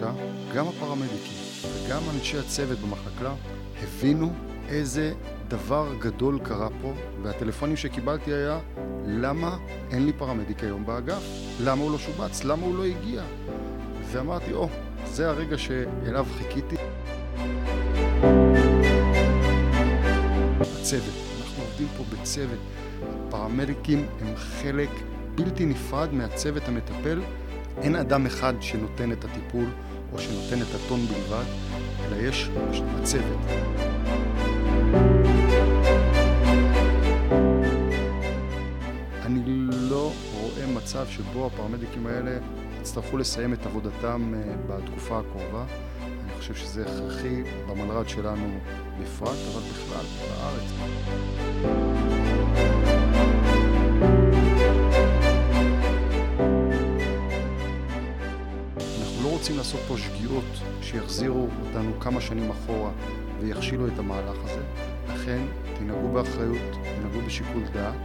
חדשה, גם הפרמדיקים וגם אנשי הצוות במחלקה הבינו איזה דבר גדול קרה פה, והטלפונים שקיבלתי היה, למה אין לי פרמדיק היום באגף? למה הוא לא שובץ? למה הוא לא הגיע? ואמרתי, זה הרגע שאליו חיכיתי. הצוות, אנחנו עובדים פה בצוות. הפרמדיקים הם חלק בלתי נפרד מהצוות המטפל. אין אדם אחד שנותן את הטיפול או שנותן את הטון בלבד, אלא יש הצוות. אני לא רואה מצב שבו הפרמדיקים האלה יצטרכו לסיים את עבודתם בתקופה הקרובה. אני חושב שזה הכרחי במלר"ד שלנו בפרט, אבל בכלל בארץ. אנחנו לא רוצים לעשות פה שגיאות שיחזירו אותנו כמה שנים אחורה ויכשילו את המהלך הזה. לכן תנהגו באחריות, תנהגו בשיקול דעת.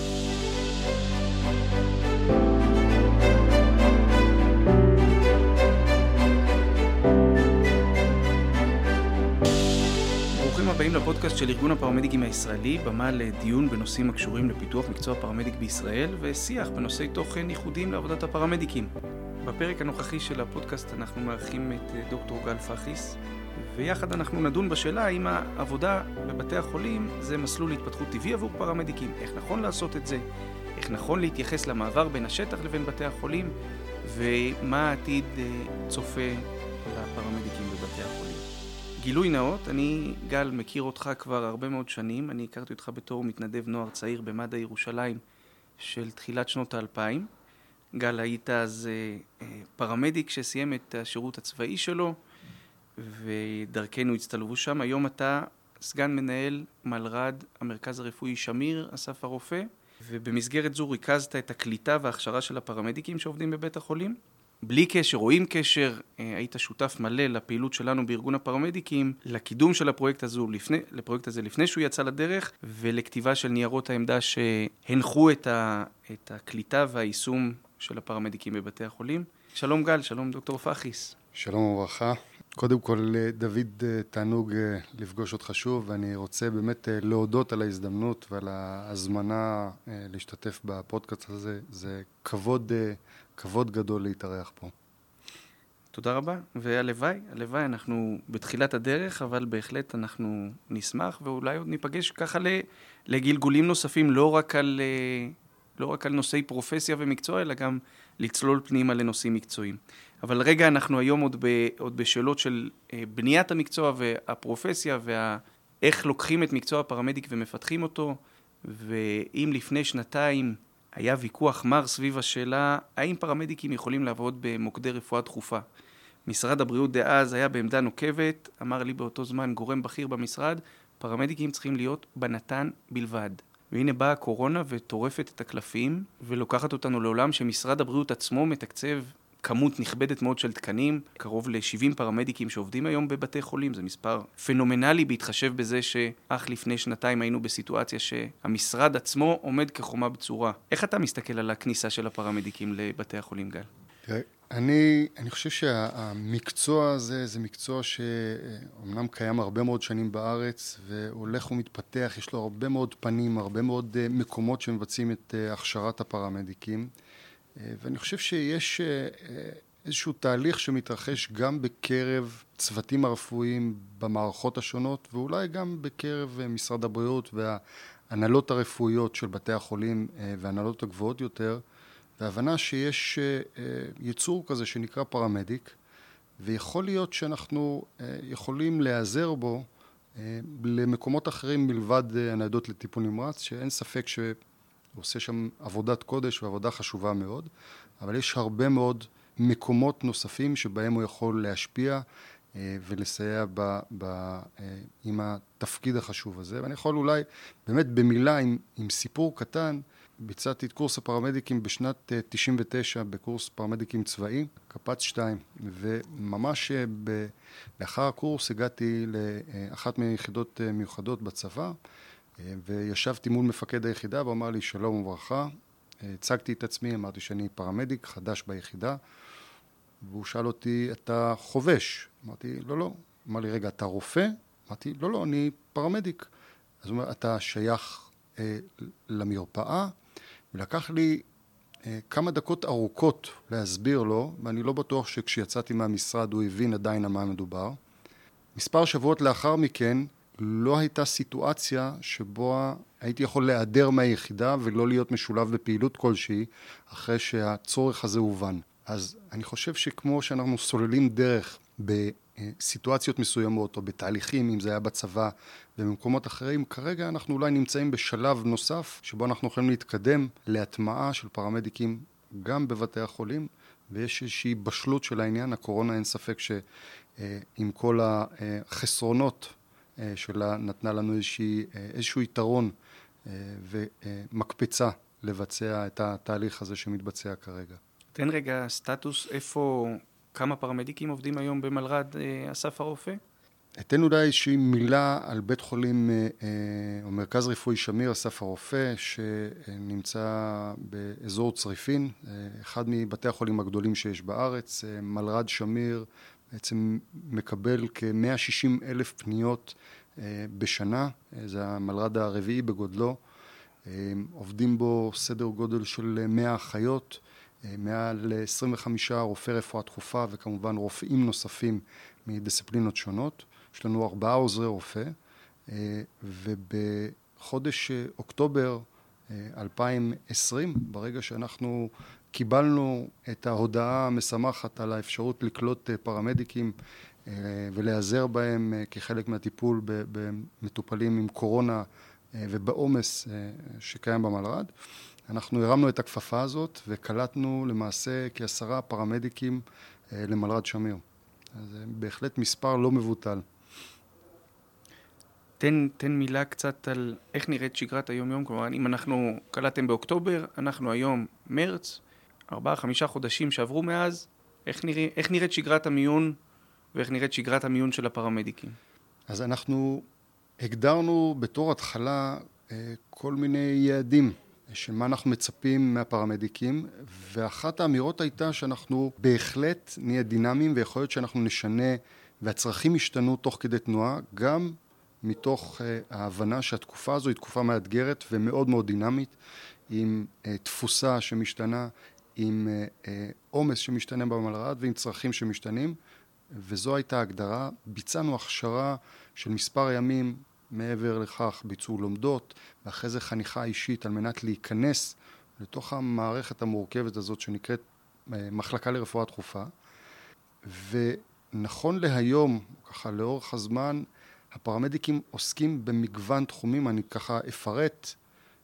ברוכים הבאים לפודקאסט של ארגון הפרמדיקים הישראלי, במה לדיון בנושאים הקשורים לפיתוח מקצוע הפרמדיק בישראל ושיח בנושאי תוכן ייחודיים לעבודת הפרמדיקים. בפרק הנוכחי של הפודקאסט אנחנו מארחים את דוקטור גל פחיס, ויחד אנחנו נדון בשאלה האם העבודה בבתי החולים זה מסלול להתפתחות טבעי עבור פרמדיקים, איך נכון לעשות את זה, איך נכון להתייחס למעבר בין השטח לבין בתי החולים, ומה העתיד צופה לפרמדיקים בבתי החולים. גילוי נאות, אני גל מכיר אותך כבר הרבה מאוד שנים, אני הכרתי אותך בתור מתנדב נוער צעיר במד"א ירושלים של תחילת שנות ה-2000. גל, היית אז פרמדיק שסיים את השירות הצבאי שלו, ודרכנו הצטלבו שם. היום אתה סגן מנהל מלר"ד המרכז הרפואי שמיר, אסף הרופא, ובמסגרת זו ריכזת את הקליטה וההכשרה של הפרמדיקים שעובדים בבית החולים. בלי קשר או עם קשר, היית שותף מלא לפעילות שלנו בארגון הפרמדיקים, לקידום של הפרויקט הזה לפני שהוא יצא לדרך, ולכתיבה של ניירות העמדה שהנחו את הקליטה והיישום של הפרמדיקים בבתי החולים. שלום גל, שלום דוקטור פחיס. שלום וברכה. קודם כל, דוד, תענוג לפגוש אותך שוב, ואני רוצה באמת להודות על ההזדמנות ועל ההזמנה להשתתף בפודקאסט הזה. זה כבוד גדול להתארח פה. תודה רבה, והלוואי, אנחנו בתחילת הדרך, אבל בהחלט אנחנו נשמח, ואולי עוד ניפגש ככה לגלגולים נוספים, לא רק על נושאי פרופסיה ומקצוע, אלא גם לצלול פנימה לנושאים מקצועיים. אבל רגע, אנחנו היום עוד בשאלות של בניית המקצוע והפרופסיה, ואיך לוקחים את מקצוע הפרמדיק ומפתחים אותו, ואם לפני שנתיים היה ויכוח מר סביב השאלה, האם פרמדיקים יכולים לעבוד במוקדי רפואה דחופה? משרד הבריאות דאז היה בעמדה נוקבת, אמר לי באותו זמן גורם בכיר במשרד, פרמדיקים צריכים להיות בנתן בלבד. והנה באה הקורונה וטורפת את הקלפים, ולוקחת אותנו לעולם שמשרד הבריאות עצמו מתקצב כמות נכבדת מאוד של תקנים, קרוב ל-70 פרמדיקים שעובדים היום בבתי חולים, זה מספר פנומנלי בהתחשב בזה שאך לפני שנתיים היינו בסיטואציה שהמשרד עצמו עומד כחומה בצורה. איך אתה מסתכל על הכניסה של הפרמדיקים לבתי החולים, גל? תראה, אני חושב שהמקצוע הזה זה מקצוע שאומנם קיים הרבה מאוד שנים בארץ והולך ומתפתח, יש לו הרבה מאוד פנים, הרבה מאוד מקומות שמבצעים את הכשרת הפרמדיקים, ואני חושב שיש איזשהו תהליך שמתרחש גם בקרב צוותים הרפואיים במערכות השונות, ואולי גם בקרב משרד הבריאות וההנהלות הרפואיות של בתי החולים וההנהלות הגבוהות יותר, והבנה שיש יצור כזה שנקרא פרמדיק, ויכול להיות שאנחנו יכולים להיעזר בו למקומות אחרים מלבד הניידות לטיפול נמרץ, שאין ספק שהוא עושה שם עבודת קודש ועבודה חשובה מאוד, אבל יש הרבה מאוד מקומות נוספים שבהם הוא יכול להשפיע ולסייע עם התפקיד החשוב הזה. ואני יכול אולי באמת במילה עם סיפור קטן, ביצעתי את קורס הפרמדיקים בשנת 99 בקורס פרמדיקים צבאי, קפ"ץ 2, וממש לאחר הקורס הגעתי לאחת מיחידות מיוחדות בצבא, וישבתי מול מפקד היחידה ואמר לי שלום וברכה, הצגתי את עצמי, אמרתי שאני פרמדיק חדש ביחידה, והוא שאל אותי, אתה חובש? אמרתי, לא, לא. אמר לי, רגע, אתה רופא? אמרתי, לא, לא, אני פרמדיק. אז הוא אומר, אתה שייך למרפאה? ולקח לי כמה דקות ארוכות להסביר לו, ואני לא בטוח שכשיצאתי מהמשרד הוא הבין עדיין על מה מדובר. מספר שבועות לאחר מכן לא הייתה סיטואציה שבו הייתי יכול להיעדר מהיחידה ולא להיות משולב בפעילות כלשהי אחרי שהצורך הזה הובן. אז אני חושב שכמו שאנחנו סוללים דרך בסיטואציות מסוימות או בתהליכים, אם זה היה בצבא ובמקומות אחרים, כרגע אנחנו אולי נמצאים בשלב נוסף שבו אנחנו יכולים להתקדם להטמעה של פרמדיקים גם בבתי החולים, ויש איזושהי בשלות של העניין. הקורונה אין ספק שעם כל החסרונות שלה נתנה לנו איזשהו יתרון ומקפצה לבצע את התהליך הזה שמתבצע כרגע. תן רגע סטטוס, כמה פרמדיקים עובדים היום במלר"ד אסף הרופא? אתן אולי איזושהי מילה על בית חולים או מרכז רפואי שמיר, אסף הרופא, שנמצא באזור צריפין, אחד מבתי החולים הגדולים שיש בארץ. מלר"ד שמיר בעצם מקבל כ-160,000 פניות בשנה, זה המלר"ד הרביעי בגודלו, עובדים בו סדר גודל של 100 אחיות, מעל 25 רופאי רפואה דחופה וכמובן רופאים נוספים מדיסציפלינות שונות. יש לנו 4 עוזרי רופא, ובחודש אוקטובר 2020, ברגע שאנחנו קיבלנו את ההודעה המשמחת על האפשרות לקלוט פרמדיקים ולהיעזר בהם כחלק מהטיפול במטופלים עם קורונה ובעומס שקיים במלר"ד, אנחנו הרמנו את הכפפה הזאת וקלטנו למעשה כ10 פרמדיקים למלר"ד שמיר. אז זה בהחלט מספר לא מבוטל. תן מילה קצת על איך נראית שגרת היום-יום. כלומר, אם אנחנו קלטתם באוקטובר, אנחנו היום מרץ, 4-5 חודשים שעברו מאז, איך נראית שגרת המיון ואיך נראית שגרת המיון של הפרמדיקים? אז אנחנו הגדרנו בתור התחלה כל מיני יעדים של מה אנחנו מצפים מהפרמדיקים, ואחת האמירות הייתה שאנחנו בהחלט נהיה דינמיים, ויכול להיות שאנחנו נשנה והצרכים ישתנו תוך כדי תנועה, גם מתוך ההבנה שהתקופה הזו היא תקופה מאתגרת ומאוד מאוד דינמית, עם תפוסה שמשתנה, עם עומס שמשתנה במלר"ד ועם צרכים שמשתנים, וזו הייתה הגדרה. ביצענו הכשרה של מספר ימים, מעבר לכך ביצעו לומדות, ואחרי זה חניכה אישית על מנת להיכנס לתוך המערכת המורכבת הזאת שנקראת מחלקה לרפואה דחופה. ונכון להיום, ככה לאורך הזמן, הפרמדיקים עוסקים במגוון תחומים. אני ככה אפרט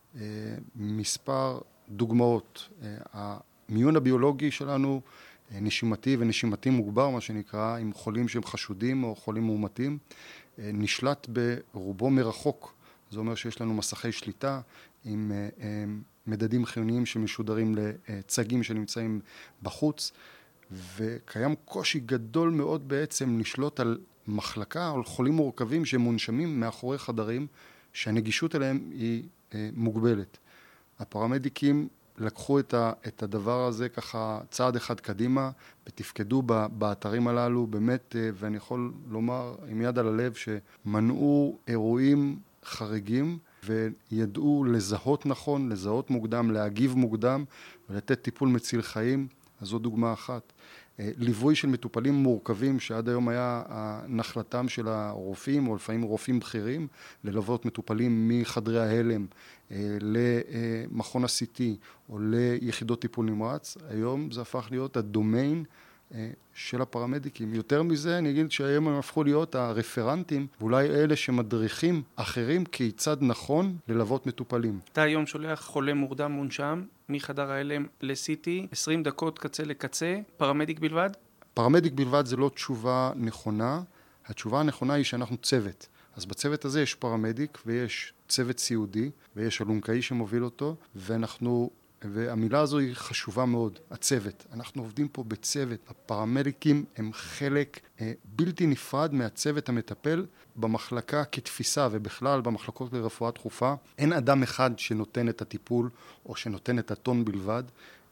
מספר דוגמאות. המיון הביולוגי שלנו נשימתי ונשימתי מוגבר, מה שנקרא, עם חולים שהם חשודים או חולים מאומתים, נשלט ברובו מרחוק. זה אומר שיש לנו מסכי שליטה עם מדדים חיוניים שמשודרים לצגים שנמצאים בחוץ, וקיים קושי גדול מאוד בעצם לשלוט על מחלקה או על חולים מורכבים שמונשמים מאחורי חדרים שהנגישות אליהם היא מוגבלת. הפרמדיקים לקחו את הדבר הזה ככה צעד אחד קדימה ותפקדו באתרים הללו באמת, ואני יכול לומר עם יד על הלב שמנעו אירועים חריגים וידעו לזהות נכון, לזהות מוקדם, להגיב מוקדם ולתת טיפול מציל חיים. אז זו דוגמה אחת. ליווי של מטופלים מורכבים שעד היום היה נחלתם של הרופאים או לפעמים רופאים בכירים, ללוות מטופלים מחדרי ההלם למכון ה-CT או ליחידות טיפול נמרץ. היום זה הפך להיות הדומיין של הפרמדיקים. יותר מזה אני אגיד שהיום הם הפכו להיות הרפרנטים ואולי אלה שמדריכים אחרים כיצד נכון ללוות מטופלים. אתה היום שולח חולה מורדם מונשם מחדר ההלם ל-CT, 20 דקות קצה לקצה, פרמדיק בלבד? פרמדיק בלבד זה לא תשובה נכונה. התשובה הנכונה היא שאנחנו צוות. אז בצוות הזה יש פרמדיק ויש צוות סיעודי ויש אלונקאי שמוביל אותו, והמילה הזו היא חשובה מאוד, הצוות. אנחנו עובדים פה בצוות. הפרמדיקים הם חלק בלתי נפרד מהצוות המטפל במחלקה כתפיסה, ובכלל במחלקות לרפואה דחופה. אין אדם אחד שנותן את הטיפול או שנותן את הטון בלבד,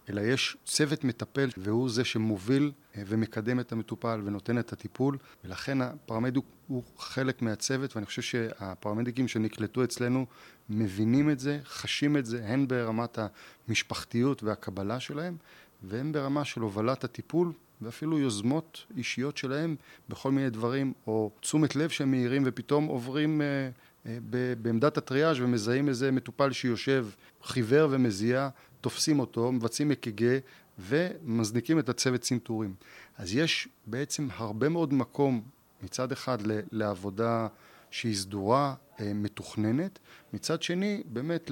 אלא יש צוות מטפל, והוא זה שמוביל ומקדם את המטופל ונותן את הטיפול, ולכן הפרמדיק הוא חלק מהצוות, ואני חושב שהפרמדיקים שנקלטו אצלנו מבינים את זה, חשים את זה, הן ברמת המשפחתיות והקבלה שלהם, והן ברמה של הובלת הטיפול, ואפילו יוזמות אישיות שלהם בכל מיני דברים, או תשומת לב שהם מהירים ופתאום עוברים בעמדת הטריאז' ומזהים איזה מטופל שיושב חיוור ומזיע, תופסים אותו, מבצעים אק"ג ומזניקים את הצוות צנתורים. אז יש בעצם הרבה מאוד מקום מצד אחד לעבודה שהיא סדורה, מתוכננת, מצד שני באמת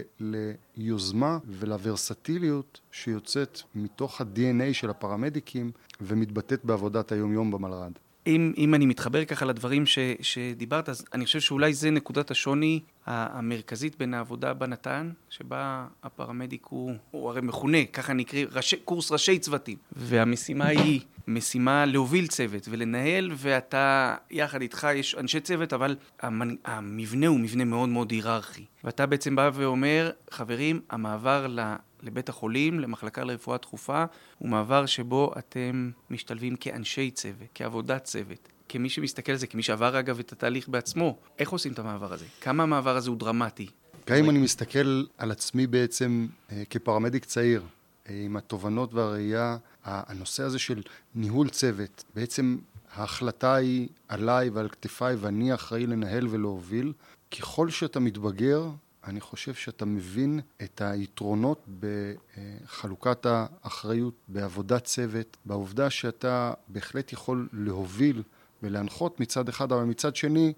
ליוזמה ולוורסטיליות שיוצאת מתוך ה-DNA של הפרמדיקים ומתבטאת בעבודת היום-יום במלר"ד. אם אני מתחבר ככה לדברים שדיברת, אז אני חושב שאולי זה נקודת השוני המרכזית בין העבודה בנתן, שבה הפרמדיק הוא הרי מכונה, ככה נקרא, קורס ראשי צוותים. והמשימה היא משימה להוביל צוות ולנהל, ואתה, יחד איתך יש אנשי צוות, אבל המבנה הוא מבנה מאוד מאוד היררכי. ואתה בעצם בא ואומר, חברים, המעבר לבית החולים, למחלקה לרפואה דחופה, הוא מעבר שבו אתם משתלבים כאנשי צוות, כעבודת צוות. כמי שמסתכל על זה, כמי שעבר אגב את התהליך בעצמו, איך עושים את המעבר הזה? כמה המעבר הזה הוא דרמטי? גם אם אני מסתכל על עצמי בעצם כפרמדיק צעיר, עם התובנות והראייה, הנושא הזה של ניהול צוות, בעצם ההחלטה היא עליי ועל כתפיי, ואני אחראי לנהל ולהוביל. ככל שאתה מתבגר, אני חושב שאתה מבין את היתרונות בחלוקת האחריות, בעבודת צוות, בעובדה שאתה בהחלט יכול להוביל ולהנחות מצד אחד, אבל מצד שני,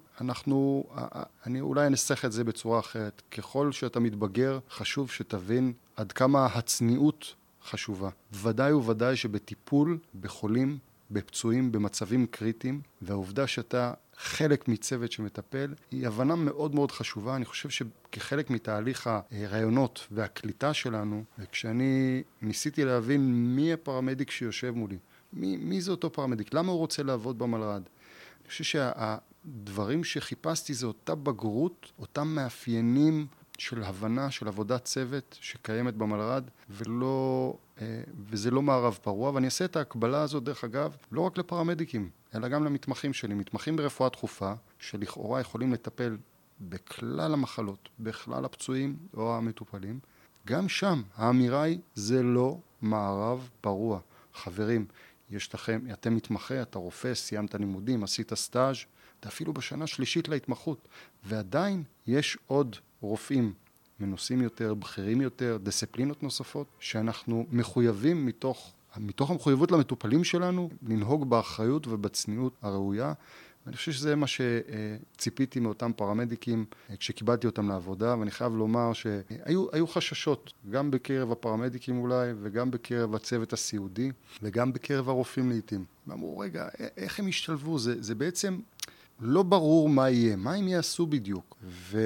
אני אולי אנסח את זה בצורה אחרת. ככל שאתה מתבגר, חשוב שתבין עד כמה הצניעות חשובה. ודאי וודאי שבטיפול, בחולים, בפצועים, במצבים קריטיים, והעובדה שאתה חלק מצוות שמטפל, היא הבנה מאוד מאוד חשובה. אני חושב שכחלק מתהליך הרעיונות והקליטה שלנו, וכשאני ניסיתי להבין מי הפרמדיק שיושב מולי, מי זה אותו פרמדיק, למה הוא רוצה לעבוד במלר"ד, אני חושב שהדברים שחיפשתי זה אותה בגרות, אותם מאפיינים של הבנה, של עבודת צוות שקיימת במלר"ד, וזה לא מערב פרוע, ואני אעשה את ההקבלה הזאת דרך אגב, לא רק לפרמדיקים, אלא גם למתמחים שלי, מתמחים ברפואה דחופה, שלכאורה יכולים לטפל בכלל המחלות, בכלל הפצועים או המטופלים. גם שם האמירה היא, זה לא מערב פרוע. חברים, יש לכם, אתם מתמחה, אתה רופא, סיימת לימודים, עשית סטאז', אתה אפילו בשנה שלישית להתמחות, ועדיין יש עוד רופאים מנוסים יותר, בכירים יותר, דיסציפלינות נוספות, שאנחנו מחויבים מתוך המחויבות למטופלים שלנו, לנהוג באחריות ובצניעות הראויה, ואני חושב שזה מה שציפיתי מאותם פרמדיקים כשקיבלתי אותם לעבודה, ואני חייב לומר שהיו חששות, גם בקרב הפרמדיקים אולי, וגם בקרב הצוות הסיעודי, וגם בקרב הרופאים לעתים. ואמרו, רגע, איך הם ישתלבו? זה בעצם לא ברור מה יהיה, מה הם יעשו בדיוק.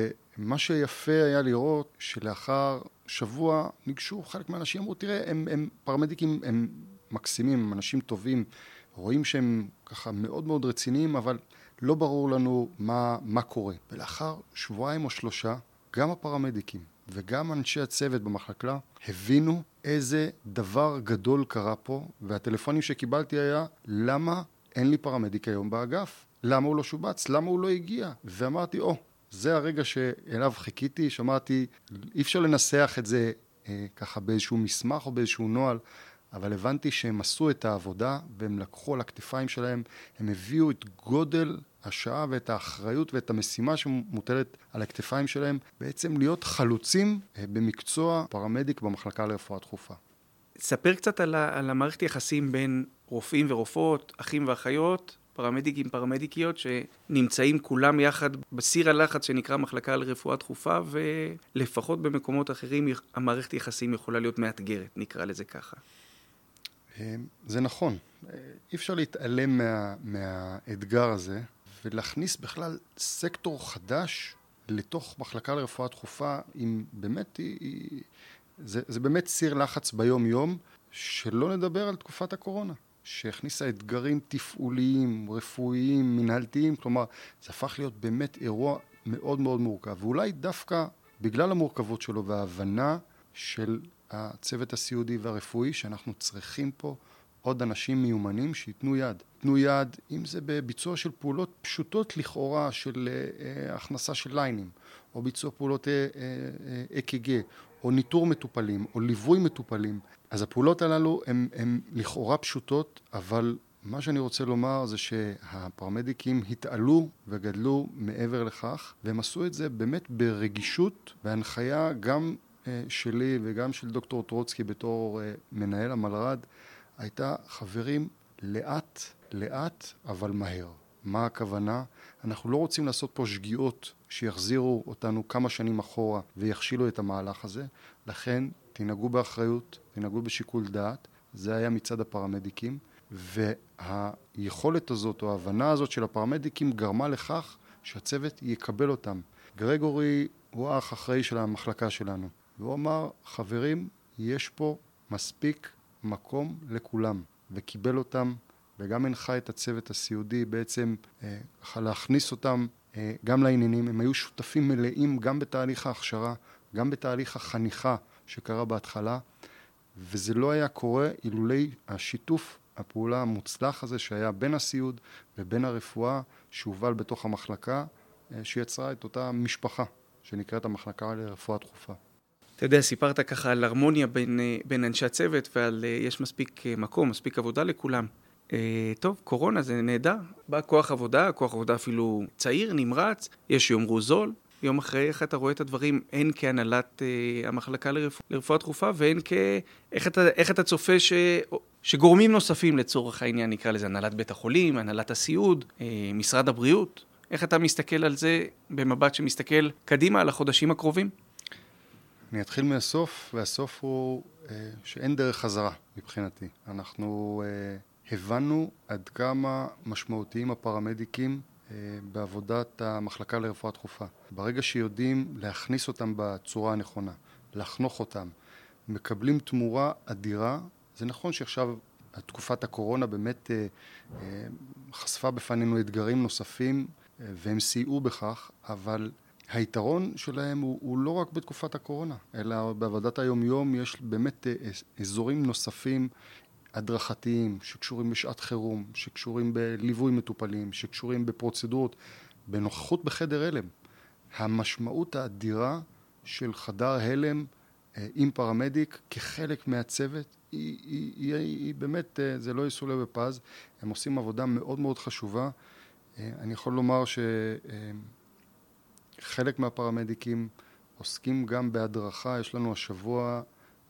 ומה שיפה היה לראות שלאחר שבוע ניגשו חלק מהאנשים, אמרו, תראה, הם פרמדיקים, הם מקסימים, הם אנשים טובים, רואים שהם ככה מאוד מאוד רציניים, אבל לא ברור לנו מה קורה. ולאחר שבועיים או שלושה, גם הפרמדיקים וגם אנשי הצוות במחלקה הבינו איזה דבר גדול קרה פה, והטלפונים שקיבלתי היה, למה אין לי פרמדיק היום באגף? למה הוא לא שובץ? למה הוא לא הגיע? ואמרתי, זה הרגע שאליו חיכיתי, שאמרתי, אי אפשר לנסח את זה ככה באיזשהו מסמך או באיזשהו נוהל, אבל הבנתי שהם עשו את העבודה והם לקחו על הכתפיים שלהם, הם הביאו את גודל השעה ואת האחריות ואת המשימה שמוטלת על הכתפיים שלהם, בעצם להיות חלוצים במקצוע פרמדיק במחלקה לרפואה דחופה. ספר קצת על המערכת יחסים בין רופאים ורופאות, אחים ואחיות, פרמדיקים, פרמדיקיות, שנמצאים כולם יחד בסיר הלחץ שנקרא מחלקה לרפואה דחופה, ולפחות במקומות אחרים המערכת יחסים יכולה להיות מאתגרת, נקרא לזה ככה. זה נכון. אי אפשר להתעלם מהאתגר הזה, ולהכניס בכלל סקטור חדש לתוך מחלקה לרפואה דחופה, עם באמת, זה באמת סיר לחץ ביום יום, שלא נדבר על תקופת הקורונה, שהכניסה אתגרים תפעוליים, רפואיים, מנהלתיים, כלומר, זה הפך להיות באמת אירוע מאוד מאוד מורכב, ואולי דווקא בגלל המורכבות שלו וההבנה של הצוות הסיעודי והרפואי, שאנחנו צריכים פה עוד אנשים מיומנים שיתנו יד. יתנו יד, אם זה בביצוע של פעולות פשוטות לכאורה של הכנסה של ליינים, או ביצוע פעולות אק"ג, או ניטור מטופלים, או ליווי מטופלים. אז הפעולות הללו הן לכאורה פשוטות, אבל מה שאני רוצה לומר זה שהפרמדיקים התעלו וגדלו מעבר לכך, והם עשו את זה באמת ברגישות והנחיה גם שלי וגם של דוקטור טרוצקי בתור מנהל המלר"ד, הייתה חברים לאט אבל מהר. מה הכוונה? אנחנו לא רוצים לעשות פה שגיאות שיחזירו אותנו כמה שנים אחורה ויכשילו את המהלך הזה, לכן תנהגו באחריות, תנהגו בשיקול דעת, זה היה מצד הפרמדיקים, והיכולת הזאת או ההבנה הזאת של הפרמדיקים גרמה לכך שהצוות יקבל אותם. גרגורי הוא האח אחראי של המחלקה שלנו, והוא אמר, חברים, יש פה מספיק מקום לכולם, וקיבל אותם, וגם הנחה את הצוות הסיעודי בעצם להכניס אותם גם לעניינים. הם היו שותפים מלאים גם בתהליך ההכשרה, גם בתהליך החניכה שקרה בהתחלה, וזה לא היה קורה אילולי השיתוף הפעולה המוצלח הזה שהיה בין הסיעוד ובין הרפואה שהובל בתוך המחלקה, שיצרה את אותה משפחה שנקראת המחלקה לרפואה דחופה. אתה יודע, סיפרת ככה על הרמוניה בין אנשי הצוות ועל יש מספיק מקום, מספיק עבודה לכולם. טוב, קורונה זה נהדר. בא כוח עבודה אפילו צעיר, נמרץ, יש שיאמרו זול. יום אחרי איך אתה רואה את הדברים, הן כהנהלת המחלקה לרפואה דחופה, והן איך אתה צופה שגורמים נוספים לצורך העניין, נקרא לזה הנהלת בית החולים, הנהלת הסיעוד, משרד הבריאות. איך אתה מסתכל על זה במבט שמסתכל קדימה על החודשים הקרובים? אני אתחיל מהסוף, והסוף הוא שאין דרך חזרה מבחינתי. אנחנו הבנו עד כמה משמעותיים הפרמדיקים בעבודת המחלקה לרפואה דחופה. ברגע שיודעים להכניס אותם בצורה הנכונה, לחנוך אותם, מקבלים תמורה אדירה. זה נכון שעכשיו תקופת הקורונה באמת חשפה בפנינו אתגרים נוספים, והם סייעו בכך, אבל היתרון שלהם הוא לא רק בתקופת הקורונה, אלא בעבודת היום-יום יש באמת אזורים נוספים הדרכתיים, שקשורים בשעת חירום, שקשורים בליווי מטופלים, שקשורים בפרוצדורות, בנוכחות בחדר הלם. המשמעות האדירה של חדר הלם עם פרמדיק כחלק מהצוות, היא באמת, זה לא יסולא בפז, הם עושים עבודה מאוד מאוד חשובה. אני יכול לומר שחלק מהפרמדיקים עוסקים גם בהדרכה. יש לנו השבוע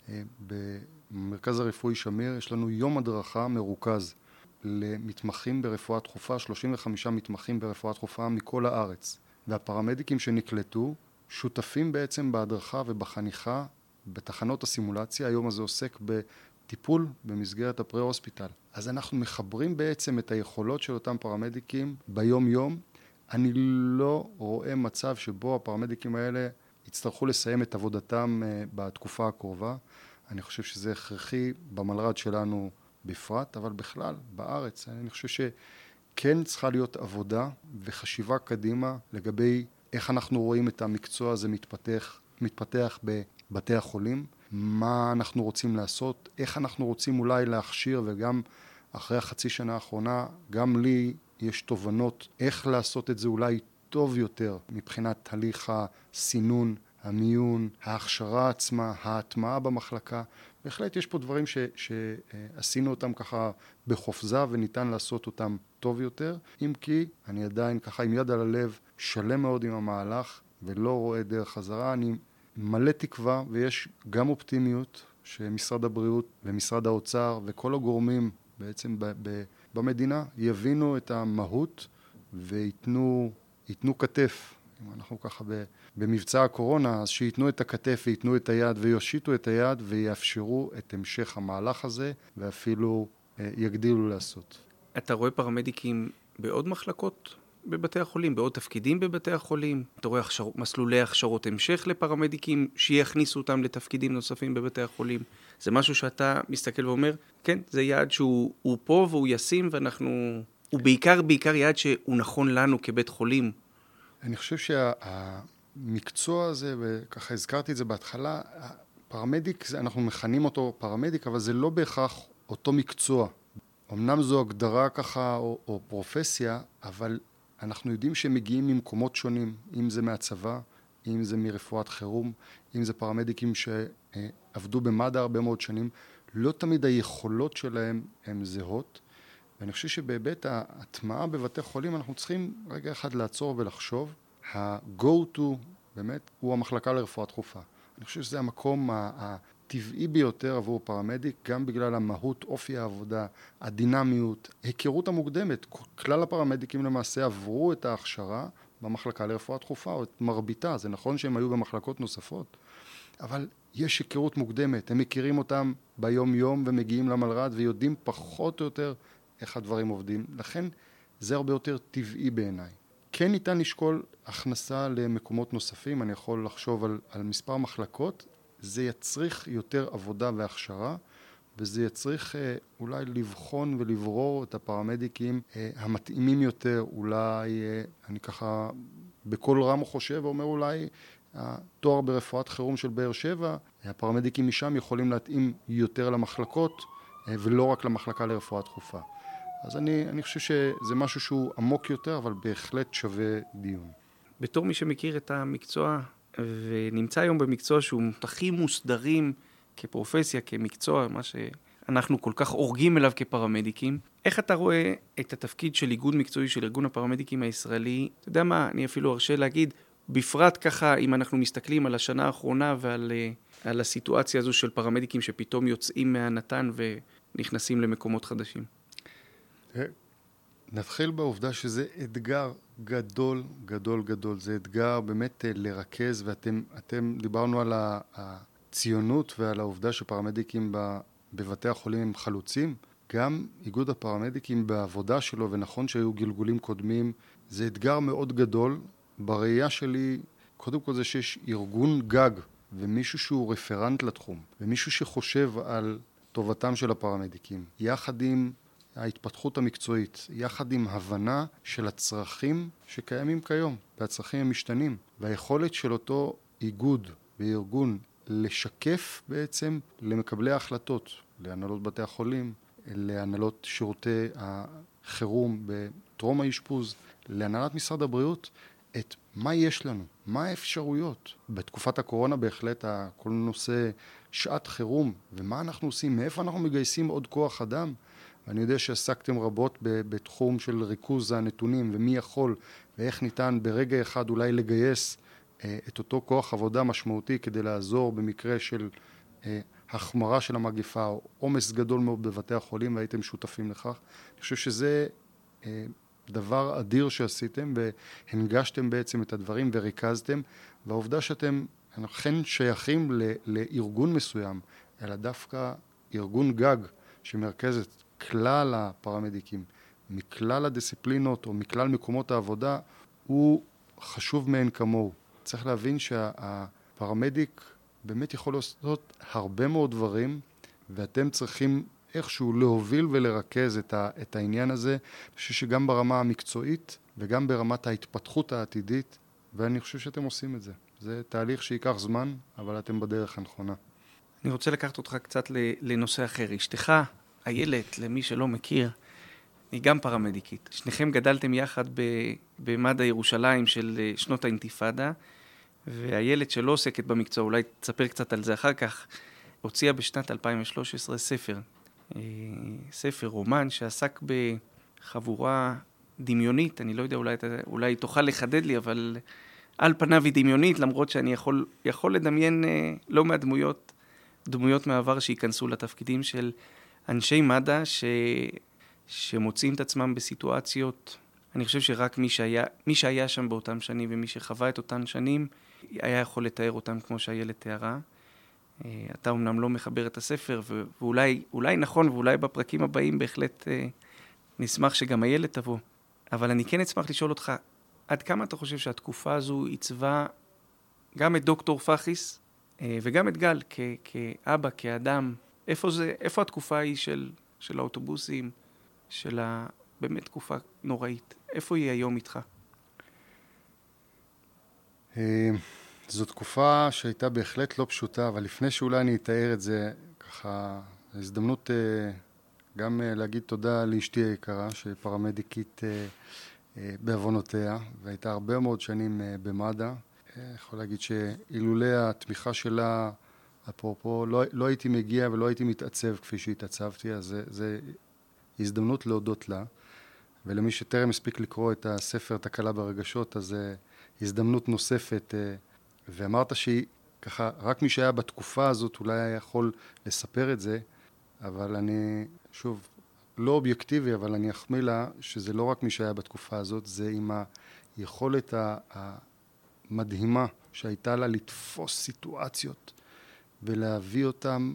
במרכז הרפואי שמיר, יש לנו יום הדרכה מרוכז למתמחים ברפואה דחופה, 35 מתמחים ברפואה דחופה מכל הארץ. והפרמדיקים שנקלטו שותפים בעצם בהדרכה ובחניכה בתחנות הסימולציה. היום הזה עוסק בטיפול במסגרת הפרה-הוספיטל. אז אנחנו מחברים בעצם את היכולות של אותם פרמדיקים ביום-יום. אני לא רואה מצב שבו הפרמדיקים האלה יצטרכו לסיים את עבודתם בתקופה הקרובה. אני חושב שזה הכרחי במלר"ד שלנו בפרט, אבל בכלל, בארץ. אני חושב שכן צריכה להיות עבודה וחשיבה קדימה לגבי איך אנחנו רואים את המקצוע הזה מתפתח בבתי החולים, מה אנחנו רוצים לעשות, איך אנחנו רוצים אולי להכשיר, וגם אחרי החצי שנה האחרונה, גם לי יש תובנות איך לעשות את זה אולי טוב יותר מבחינת הליך הסינון, המיון, ההכשרה עצמה, ההטמעה במחלקה. בהחלט יש פה דברים שעשינו אותם ככה בחופזה וניתן לעשות אותם טוב יותר, אם כי אני עדיין ככה עם יד על הלב שלם מאוד עם המהלך ולא רואה דרך חזרה. אני מלא תקווה ויש גם אופטימיות שמשרד הבריאות ומשרד האוצר וכל הגורמים בעצם במדינה יבינו את המהות ויתנו כתף. אם אנחנו ככה במבצע הקורונה, אז שיתנו את הכתף ויתנו את היד ויושיטו את היד ויאפשרו את המשך המהלך הזה ואפילו יגדילו לעשות. אתה רואה פרמדיקים בעוד מחלקות בבתי החולים, בעוד תפקידים בבתי החולים? אתה רואה מסלולי הכשרות המשך לפרמדיקים שיכניסו אותם לתפקידים נוספים בבתי החולים? זה משהו שאתה מסתכל ואומר, כן, זה יעד שהוא פה והוא ישים הוא בעיקר יעד שהוא נכון לנו כבית חולים. אני חושב שהמקצוע הזה, וככה הזכרתי את זה בהתחלה, פרמדיק, אנחנו מכנים אותו פרמדיק, אבל זה לא בהכרח אותו מקצוע. אמנם זו הגדרה ככה או פרופסיה, אבל אנחנו יודעים שהם מגיעים ממקומות שונים, אם זה מהצבא, אם זה מרפואת חירום, אם זה פרמדיקים שעבדו במד"א הרבה מאוד שנים, לא תמיד היכולות שלהם הן זהות, ואני חושב שבהיבט ההטמעה בבתי חולים אנחנו צריכים רגע אחד לעצור ולחשוב. ה-go to באמת הוא המחלקה לרפואה דחופה. אני חושב שזה המקום הטבעי ביותר עבור פרמדיק, גם בגלל המהות, אופי העבודה, הדינמיות, היכרות המוקדמת. כלל הפרמדיקים למעשה עברו את ההכשרה במחלקה לרפואה דחופה, או את מרביתה. זה נכון שהם היו במחלקות נוספות, אבל יש היכרות מוקדמת. הם מכירים אותם ביום יום ומגיעים למלר"ד ויודעים פחות או יותר איך הדברים עובדים. לכן זה הרבה יותר טבעי בעיניי. כן ניתן לשקול הכנסה למקומות נוספים, אני יכול לחשוב על מספר מחלקות, זה יצריך יותר עבודה והכשרה, וזה יצריך אולי לבחון ולברור את הפרמדיקים המתאימים יותר, אולי אני ככה בכל רם חושב ואומר אולי התואר ברפואת חירום של באר שבע, הפרמדיקים משם יכולים להתאים יותר למחלקות ולא רק למחלקה לרפואה דחופה. אז אני חושב שזה משהו שהוא עמוק יותר, אבל בהחלט שווה דיון. בתור מי שמכיר את המקצוע ונמצא היום במקצוע שהוא הכי מוסדרים כפרופסיה, כמקצוע, מה שאנחנו כל כך אורגים אליו כפרמדיקים, איך אתה רואה את התפקיד של איגוד מקצועי של ארגון הפרמדיקים הישראלי? אתה יודע מה, אני אפילו ארשה להגיד, בפרט ככה אם אנחנו מסתכלים על השנה האחרונה ועל הסיטואציה הזו של פרמדיקים שפתאום יוצאים מהנתן ונכנסים למקומות חדשים. נתחיל בעובדה שזה אתגר גדול, גדול, גדול. זה אתגר באמת לרכז, ואתם דיברנו על הציונות ועל העובדה שפרמדיקים בבתי החולים הם חלוצים. גם איגוד הפרמדיקים בעבודה שלו, ונכון שהיו גלגולים קודמים, זה אתגר מאוד גדול. בראייה שלי, קודם כל זה שיש ארגון גג, ומישהו שהוא רפרנט לתחום, ומישהו שחושב על טובתם של הפרמדיקים, יחד עם ההתפתחות המקצועית, יחד עם הבנה של הצרכים שקיימים כיום, והצרכים המשתנים, והיכולת של אותו איגוד וארגון לשקף בעצם למקבלי ההחלטות, להנהלות בתי החולים, להנהלות שירותי החירום בטרום האשפוז, להנהלת משרד הבריאות, את מה יש לנו, מה האפשרויות. בתקופת הקורונה בהחלט כל נושא שעת חירום, ומה אנחנו עושים, מאיפה אנחנו מגייסים עוד כוח אדם. אני יודע שעסקתם רבות בתחום של ריכוז הנתונים ומי יכול ואיך ניתן ברגע אחד אולי לגייס את אותו כוח עבודה משמעותי כדי לעזור במקרה של החמרה של המגפה או עומס גדול מאוד בבתי החולים, והייתם שותפים לכך. אני חושב שזה דבר אדיר שעשיתם והנגשתם בעצם את הדברים וריכזתם, והעובדה שאתם אכן שייכים לארגון מסוים, אלא דווקא ארגון גג שמרכז את כלל הפרמדיקים, מכלל הדיסציפלינות או מכלל מקומות העבודה, הוא חשוב מאין כמוהו. צריך להבין שהפרמדיק באמת יכול לעשות הרבה מאוד דברים, ואתם צריכים איכשהו להוביל ולרכז את העניין הזה. אני חושב שגם ברמה המקצועית וגם ברמת ההתפתחות העתידית, ואני חושב שאתם עושים את זה. זה תהליך שיקח זמן, אבל אתם בדרך הנכונה. אני רוצה לקחת אותך קצת לנושא אחר. אשתך, איילת, למי שלא מכיר, היא גם פרמדיקית. שניכם גדלתם יחד במד"א ירושלים של שנות האינתיפאדה, ואיילת שלא עוסקת במקצוע, אולי תספר קצת על זה אחר כך, הוציאה בשנת 2013 ספר רומן שעסק בחבורה דמיונית, אני לא יודע, אולי תוכל לחדד לי, אבל על פניו היא דמיונית, למרות שאני יכול לדמיין לא מהדמויות מעבר שיכנסו לתפקידים של אנשי מד"א שמוצאים את עצמם בסיטואציות. אני חושב שרק מי שהיה שם באותם שנים ומי שחווה את אותן שנים, היה יכול לתאר אותם כמו שהילד תיארה. אתה אומנם לא מחבר את הספר, ואולי נכון, ואולי בפרקים הבאים בהחלט נשמח שגם הילד תבוא. אבל אני כן אשמח לשאול אותך, עד כמה אתה חושב שהתקופה הזו עיצבה גם את דוקטור פחיס וגם את גל כאבא, כאדם? איפה התקופה היא של האוטובוסים, של באמת תקופה נוראית? איפה היא היום איתך? זו תקופה שהייתה בהחלט לא פשוטה, אבל לפני שאולי אני אתאר את זה, ככה, הזדמנות גם להגיד תודה לאשתי היקרה, שפרמדיקית בעוונותיה, והייתה הרבה מאוד שנים במד"א. יכול להגיד שאילולא התמיכה שלה, אפרופו, לא הייתי מגיע ולא הייתי מתעצב כפי שהתעצבתי, אז זה הזדמנות להודות לה. ולמי שטרם הספיק לקרוא את הספר תקלה ברגשות, אז הזדמנות נוספת. ואמרת שהיא ככה, רק מי שהיה בתקופה הזאת אולי היה יכול לספר את זה, אבל אני, שוב, לא אובייקטיבי, אבל אני אחמיא לה שזה לא רק מי שהיה בתקופה הזאת, זה עם היכולת המדהימה שהייתה לה לתפוס סיטואציות ולהביא אותם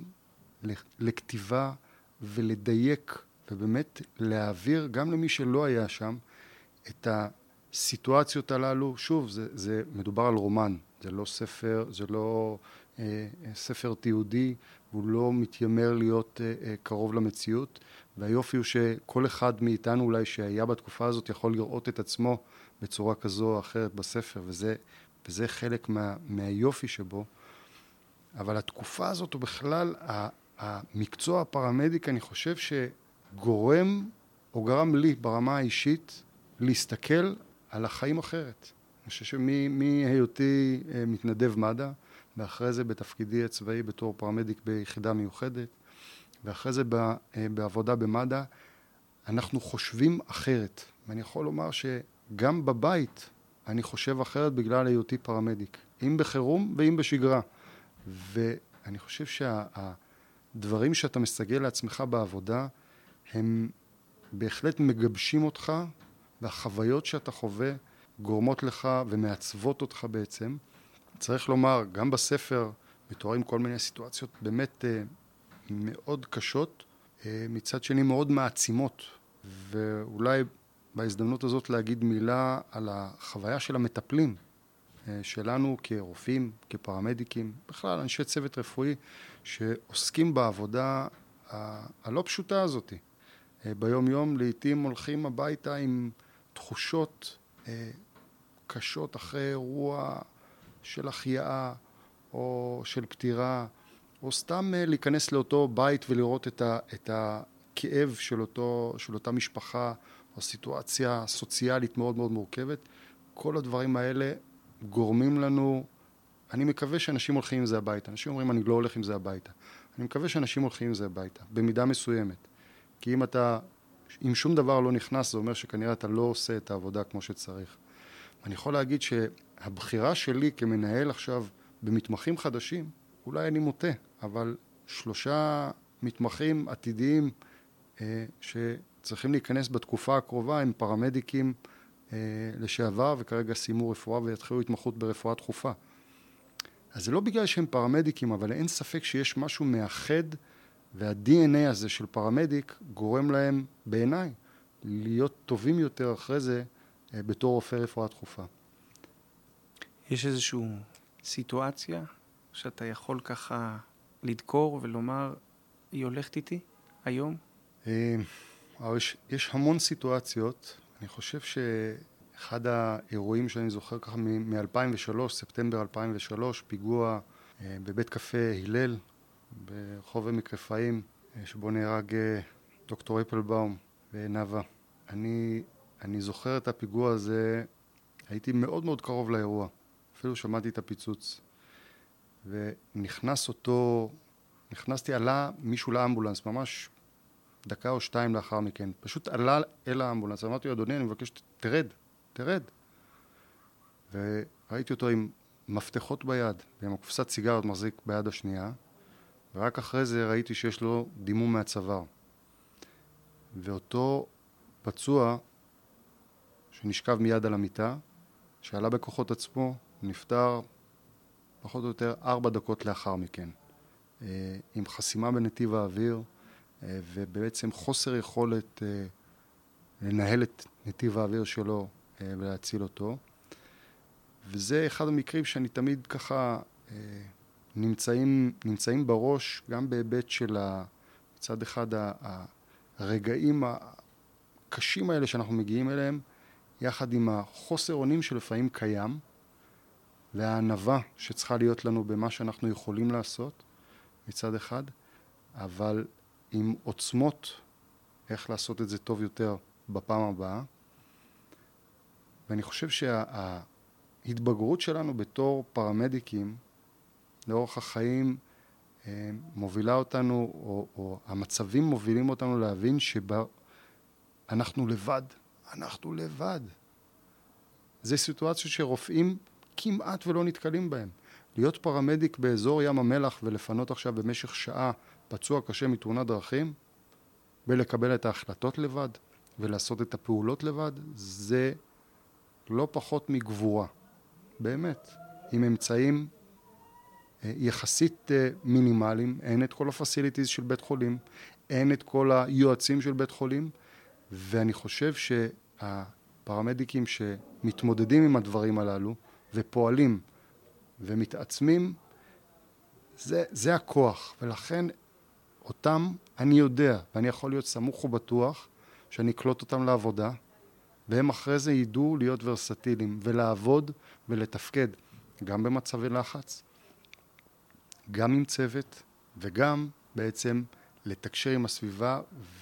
לכתיבה ולדייק ובאמת להעביר גם למי שלא היה שם את הסיטואציות הללו. שוב, זה מדובר על רומן, זה לא ספר, זה לא ספר תיעודי, הוא לא מתיימר להיות קרוב למציאות, והיופי הוא שכל אחד מאיתנו אולי שהיה בתקופה הזאת יכול לראות את עצמו בצורה כזו או אחרת בספר, וזה חלק מהיופי שבו. אבל התקופה הזאת, ובכלל המקצוע הפרמדיק, אני חושב שגורם או גרם לי ברמה האישית להסתכל על החיים אחרת. אני חושב שמהיותי מתנדב מד"א, ואחרי זה בתפקידי הצבאי בתור פרמדיק ביחידה מיוחדת, ואחרי זה בעבודה במד"א, אנחנו חושבים אחרת. ואני יכול לומר שגם בבית אני חושב אחרת בגלל היותי פרמדיק, אם בחירום ואם בשגרה. ואני חושב שהדברים שאתה מסגל לעצמך בעבודה, הם בהחלט מגבשים אותך, והחוויות שאתה חווה גורמות לך ומעצבות אותך בעצם. צריך לומר, גם בספר מתוארים כל מיני סיטואציות באמת מאוד קשות, מצד שני מאוד מעצימות, ואולי בהזדמנות הזאת להגיד מילה על החוויה של המטפלים שלנו כרופאים, כפרמדיקים, בכלל אנשי צוות רפואי שעוסקים בעבודה הלא פשוטה הזאת. ביום יום לעתים הולכים הביתה עם תחושות קשות אחרי אירוע של החייאה או של פטירה, או סתם להיכנס לאותו בית ולראות את הכאב של אותה משפחה, או סיטואציה סוציאלית מאוד מאוד מורכבת. כל הדברים האלה גורמים לנו, אני מקווה שאנשים הולכים עם זה הביתה. אנשים אומרים, אני לא הולך עם זה הביתה. אני מקווה שאנשים הולכים עם זה הביתה, במידה מסוימת. כי אם שום דבר לא נכנס, זה אומר שכנראה אתה לא עושה את העבודה כמו שצריך. אני יכול להגיד שהבחירה שלי כמנהל עכשיו במתמחים חדשים, אולי אני מוטה, אבל 3 מתמחים עתידיים שצריכים להיכנס בתקופה הקרובה הם פרמדיקים לשעבר, וכרגע סיימו רפואה ויתחילו התמחות ברפואה דחופה. אז זה לא בגלל שהם פרמדיקים, אבל אין ספק שיש משהו מאחד, וה-DNA הזה של פרמדיק גורם להם בעיניי להיות טובים יותר אחרי זה בתור רופא רפואה דחופה. יש איזושהי סיטואציה שאתה יכול ככה לדקור ולומר, היא הולכת איתי היום? יש המון סיטואציות. אני חושב שאחד האירועים שאני זוכר ככה מ-2003, ספטמבר 2003, פיגוע בבית קפה הלל, ברחוב עמק רפאים, שבו נהרג דוקטור אפלבאום ונאווה. אני זוכר את הפיגוע הזה, הייתי מאוד מאוד קרוב לאירוע, אפילו שמעתי את הפיצוץ. עלה מישהו לאמבולנס, ממש 1 או 2 לאחר מכן, פשוט עלה אל האמבולנס, אמרתי לו, אדוני, אני מבקש, תרד. וראיתי אותו עם מפתחות ביד, ועם קופסת סיגריות מחזיק ביד השנייה, ורק אחרי זה ראיתי שיש לו דימום מהצוואר. ואותו פצוע שנשכב מיד על המיטה, שעלה בכוחות עצמו, נפטר פחות או יותר 4 דקות לאחר מכן, עם חסימה בנתיב האוויר, ובעצם חוסר יכולת לנהל את נתיב האוויר שלו ולהציל אותו. וזה אחד המקרים שאני תמיד ככה נמצאים בראש, גם בהיבט של מצד אחד הרגעים הקשים האלה שאנחנו מגיעים אליהם, יחד עם החוסר אונים שלפעמים קיים, והענווה שצריכה להיות לנו במה שאנחנו יכולים לעשות מצד אחד, אבל עם עוצמות איך לעשות את זה טוב יותר בפעם הבאה. ואני חושב שההתבגרות שלנו בתור פרמדיקים לאורך החיים מובילה אותנו, או המצבים מובילים אותנו להבין שאנחנו לבד. אנחנו לבד. זה סיטואציה שרופאים כמעט ולא נתקלים בהם. להיות פרמדיק באזור ים המלח ולפנות עכשיו במשך שעה פצוע קשה מתאונת דרכים, ולקבל את ההחלטות לבד, ולעשות את הפעולות לבד, זה לא פחות מגבורה. באמת. עם אמצעים יחסית מינימליים, אין את כל הפסיליטיז של בית חולים, אין את כל היועצים של בית חולים, ואני חושב שהפרמדיקים שמתמודדים עם הדברים הללו, ופועלים ומתעצמים, זה הכוח. ולכן אותם אני יודע, ואני יכול להיות סמוך ובטוח, שאני אקלוט אותם לעבודה, והם אחרי זה ידעו להיות ורסטיליים, ולעבוד ולתפקד, גם במצבי לחץ, גם עם צוות, וגם בעצם לתקשר עם הסביבה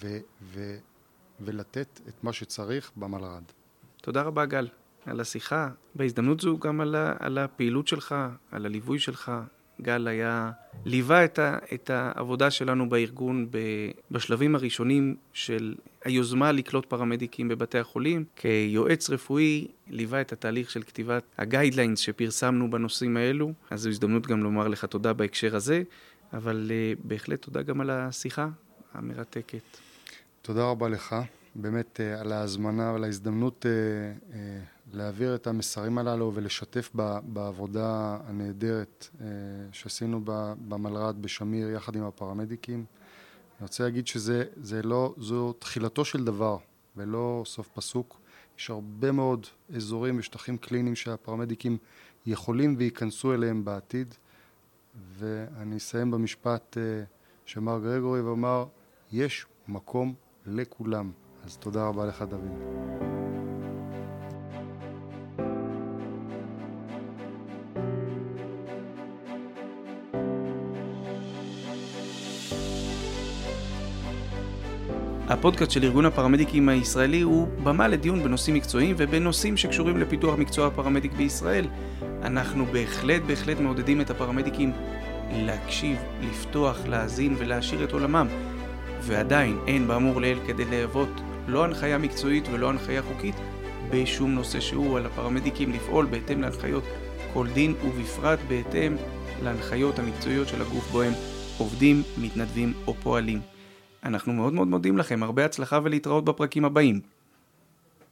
ולתת את מה שצריך במלר"ד. תודה רבה גל על השיחה. בהזדמנות זו גם על הפעילות שלך, על הליווי שלך. גל ליווה את העבודה שלנו בארגון בשלבים הראשונים של היוזמה לקלוט פרמדיקים בבתי החולים. כיועץ רפואי ליווה את התהליך של כתיבת הגיידליינס שפרסמנו בנושאים האלו. אז זו הזדמנות גם לומר לך תודה בהקשר הזה, אבל בהחלט תודה גם על השיחה המרתקת. תודה רבה לך, באמת על ההזמנה ועל ההזדמנות להעביר את המסרים הללו ולשתף בעבודה הנהדרת שעשינו במלר"ד בשמיר יחד עם הפרמדיקים. אני רוצה להגיד זו תחילתו של דבר ולא סוף פסוק. יש הרבה מאוד אזורים ושטחים קליניים שהפרמדיקים יכולים וייכנסו אליהם בעתיד. ואני אסיים במשפט שמר גרגורי ואומר, יש מקום לכולם. אז תודה רבה לך דוד. הפודקאסט של ארגון הפרמדיקים הישראלי הוא במה לדיון בנושאים מקצועיים ובנושאים שקשורים לפיתוח מקצוע הפרמדיק בישראל. אנחנו בהחלט מעודדים את הפרמדיקים להקשיב, לפתוח, להאזין ולהשאיר את עולמם. ועדיין אין באמור לעיל כדי להוות לא הנחיה מקצועית ולא הנחיה חוקית בשום נושא שהוא. על הפרמדיקים לפעול בהתאם להנחיות כל דין ובפרט בהתאם להנחיות המקצועיות של הגוף בו הם עובדים, מתנדבים או פועלים. אנחנו מאוד מודים לכם, הרבה הצלחה ולהתראות בפרקים הבאים.